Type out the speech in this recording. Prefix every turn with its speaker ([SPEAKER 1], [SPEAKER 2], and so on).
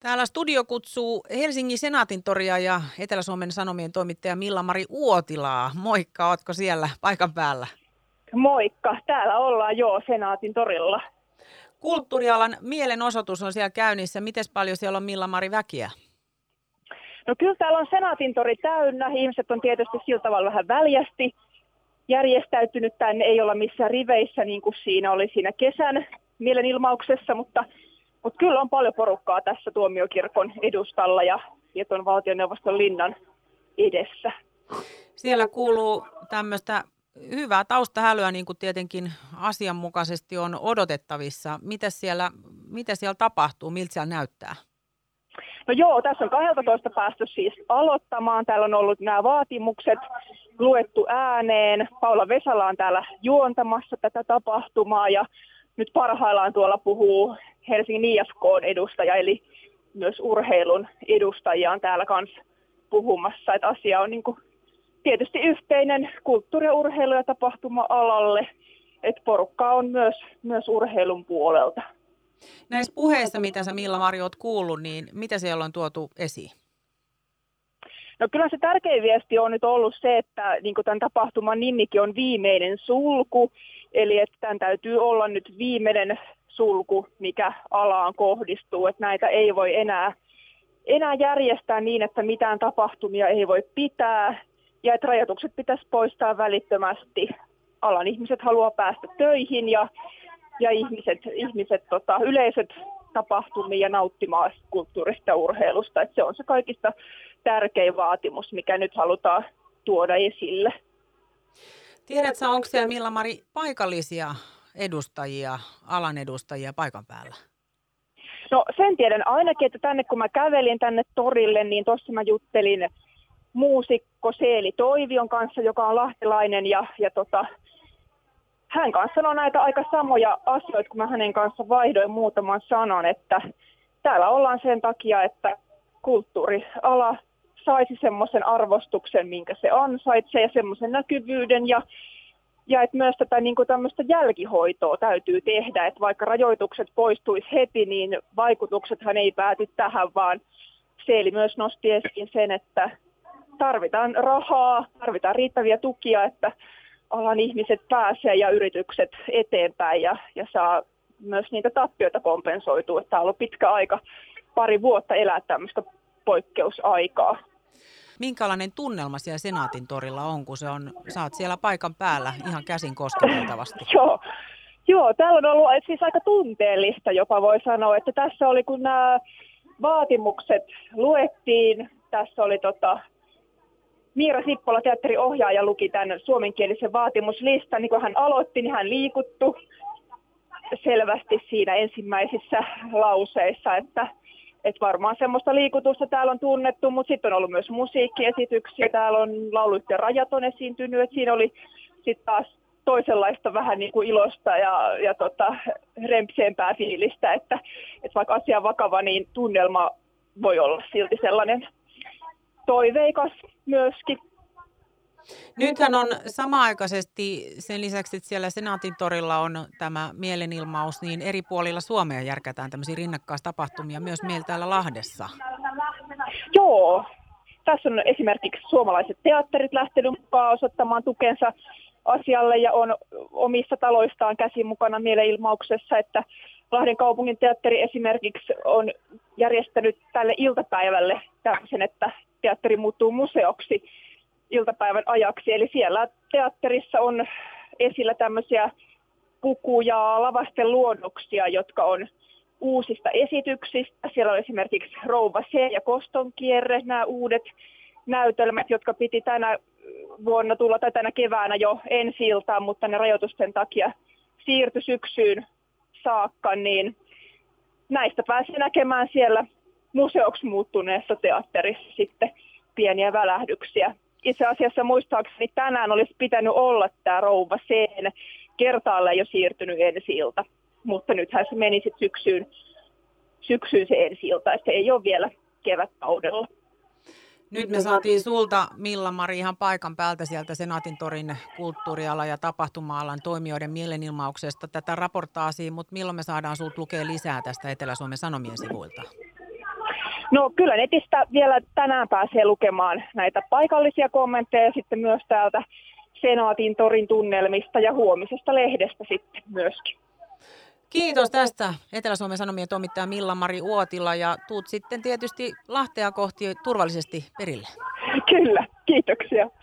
[SPEAKER 1] Täällä studio kutsuu Helsingin Senaatintoria ja Etelä-Suomen Sanomien toimittaja Milla-Mari Uotilaa. Moikka, ootko siellä paikan päällä?
[SPEAKER 2] Moikka, täällä ollaan Senaatintorilla.
[SPEAKER 1] Kulttuurialan mielenosoitus on siellä käynnissä. Mites paljon siellä on Milla-Mari väkiä?
[SPEAKER 2] No kyllä täällä on Senaatintori täynnä. Ihmiset on tietysti sillä tavalla vähän väljästi järjestäytynyt tänne. Ei olla missään riveissä niin kuin siinä oli siinä kesän mielenilmauksessa, mutta kyllä on paljon porukkaa tässä Tuomiokirkon edustalla ja tuon valtioneuvoston linnan edessä.
[SPEAKER 1] Siellä kuuluu tämmöistä hyvää taustahälyä, niin kuin tietenkin asianmukaisesti on odotettavissa. Mitä siellä tapahtuu? Miltä siellä näyttää?
[SPEAKER 2] No tässä on 12 päästy siis aloittamaan. Täällä on ollut nämä vaatimukset luettu ääneen. Paula Vesala on täällä juontamassa tätä tapahtumaa ja nyt parhaillaan tuolla puhuu Helsingin IFK:n edustaja, eli myös urheilun edustajia on täällä kanssa puhumassa. Että asia on niin kuin tietysti yhteinen kulttuuri- ja urheilu- ja tapahtuma-alalle, että porukkaa on myös urheilun puolelta.
[SPEAKER 1] Näissä puheissa, mitä sä Milla-Mari oot kuullut, niin mitä siellä on tuotu esiin?
[SPEAKER 2] No kyllä se tärkein viesti on nyt ollut se, että niin kuin tämän tapahtuman nimikin on viimeinen sulku, eli että tämän täytyy olla nyt viimeinen sulku, mikä alaan kohdistuu, että näitä ei voi enää järjestää niin, että mitään tapahtumia ei voi pitää ja että rajoitukset pitäisi poistaa välittömästi. Alan ihmiset haluaa päästä töihin ja yleisöt tapahtumiin ja nauttimaan kulttuurista ja urheilusta. Että se on se kaikista tärkein vaatimus, mikä nyt halutaan tuoda esille.
[SPEAKER 1] Tiedätkö, onko siellä Milla-Mari paikallisia edustajia, alan edustajia paikan päällä?
[SPEAKER 2] No sen tiedän ainakin, että tänne kun mä kävelin tänne torille, niin tuossa mä juttelin muusikko Seeli Toivion kanssa, joka on lahtelainen ja hän kanssa sanoi näitä aika samoja asioita, kun mä hänen kanssa vaihdoin muutaman sanan, että täällä ollaan sen takia, että kulttuuriala saisi semmoisen arvostuksen, minkä se ansaitsee ja semmoisen näkyvyyden ja että myös tätä niin kuin tämmöistä jälkihoitoa täytyy tehdä, että vaikka rajoitukset poistuisi heti, niin vaikutuksethan ei pääty tähän, vaan Seeli myös nosti esiin sen, että tarvitaan rahaa, tarvitaan riittäviä tukia, että alan ihmiset pääsee ja yritykset eteenpäin ja saa myös niitä tappioita kompensoitua. Tämä on ollut pitkä aika, pari vuotta elää tämmöistä poikkeusaikaa.
[SPEAKER 1] Minkälainen tunnelma siellä Senaatintorilla on, kun sä oot siellä paikan päällä ihan käsin kosketeltavasti?
[SPEAKER 2] Joo, täällä on ollut siis aika tunteellista jopa voi sanoa, että tässä oli kun nämä vaatimukset luettiin, tässä oli Miira Sippola, teatteriohjaaja, luki tämän suomenkielisen vaatimuslistan. Niin kun hän aloitti, niin hän liikuttu selvästi siinä ensimmäisissä lauseissa, että varmaan semmoista liikutusta täällä on tunnettu, mutta sitten on ollut myös musiikkiesityksiä. Täällä on lauluyhtiön Rajat on esiintynyt, että siinä oli sitten taas toisenlaista vähän niin kuin ilosta ja rempseempää fiilistä, että vaikka asia on vakava, niin tunnelma voi olla silti sellainen toiveikas myöskin.
[SPEAKER 1] Nythän on samaaikaisesti sen lisäksi, että siellä Senaatintorilla on tämä mielenilmaus, niin eri puolilla Suomea järkätään tämmöisiä rinnakkaistapahtumia myös meillä täällä Lahdessa.
[SPEAKER 2] Joo, tässä on esimerkiksi suomalaiset teatterit lähtenyt mukaan osoittamaan tukensa asialle ja on omissa taloistaan käsin mukana mielenilmauksessa, että Lahden kaupungin teatteri esimerkiksi on järjestänyt tälle iltapäivälle tämmöisen, että teatteri muuttuu museoksi iltapäivän ajaksi. Eli siellä teatterissa on esillä tämmöisiä pukuja, lavasten luonnoksia, jotka on uusista esityksistä. Siellä on esimerkiksi Rouva C ja Koston kierre, nämä uudet näytelmät, jotka piti tänä vuonna tulla tai tänä keväänä jo ensi-iltaan, mutta ne rajoitusten takia siirtyi syksyyn saakka, niin näistä pääsi näkemään siellä museoksi muuttuneessa teatterissa sitten pieniä välähdyksiä. Itse asiassa muistaakseni tänään olisi pitänyt olla tämä Rouva C kertaalleen jo siirtynyt ensi-ilta, mutta nythän se meni sitten syksyyn se ensi-ilta, että se ei ole vielä kevätkaudella.
[SPEAKER 1] Nyt me saatiin sulta, Milla-Mari, ihan paikan päältä sieltä Senaatintorin kulttuurialan ja tapahtuma-alan toimijoiden mielenilmauksesta tätä raportaasia, mutta milloin me saadaan sulta lukea lisää tästä Etelä-Suomen Sanomien sivuilta?
[SPEAKER 2] No kyllä netistä vielä tänään pääsee lukemaan näitä paikallisia kommentteja ja sitten myös täältä Senaatin torin tunnelmista ja huomisesta lehdestä sitten myöskin.
[SPEAKER 1] Kiitos tästä Etelä-Suomen Sanomien toimittaja Milla-Mari Uotila ja tuut sitten tietysti Lahtea kohti turvallisesti perille.
[SPEAKER 2] Kyllä, kiitoksia.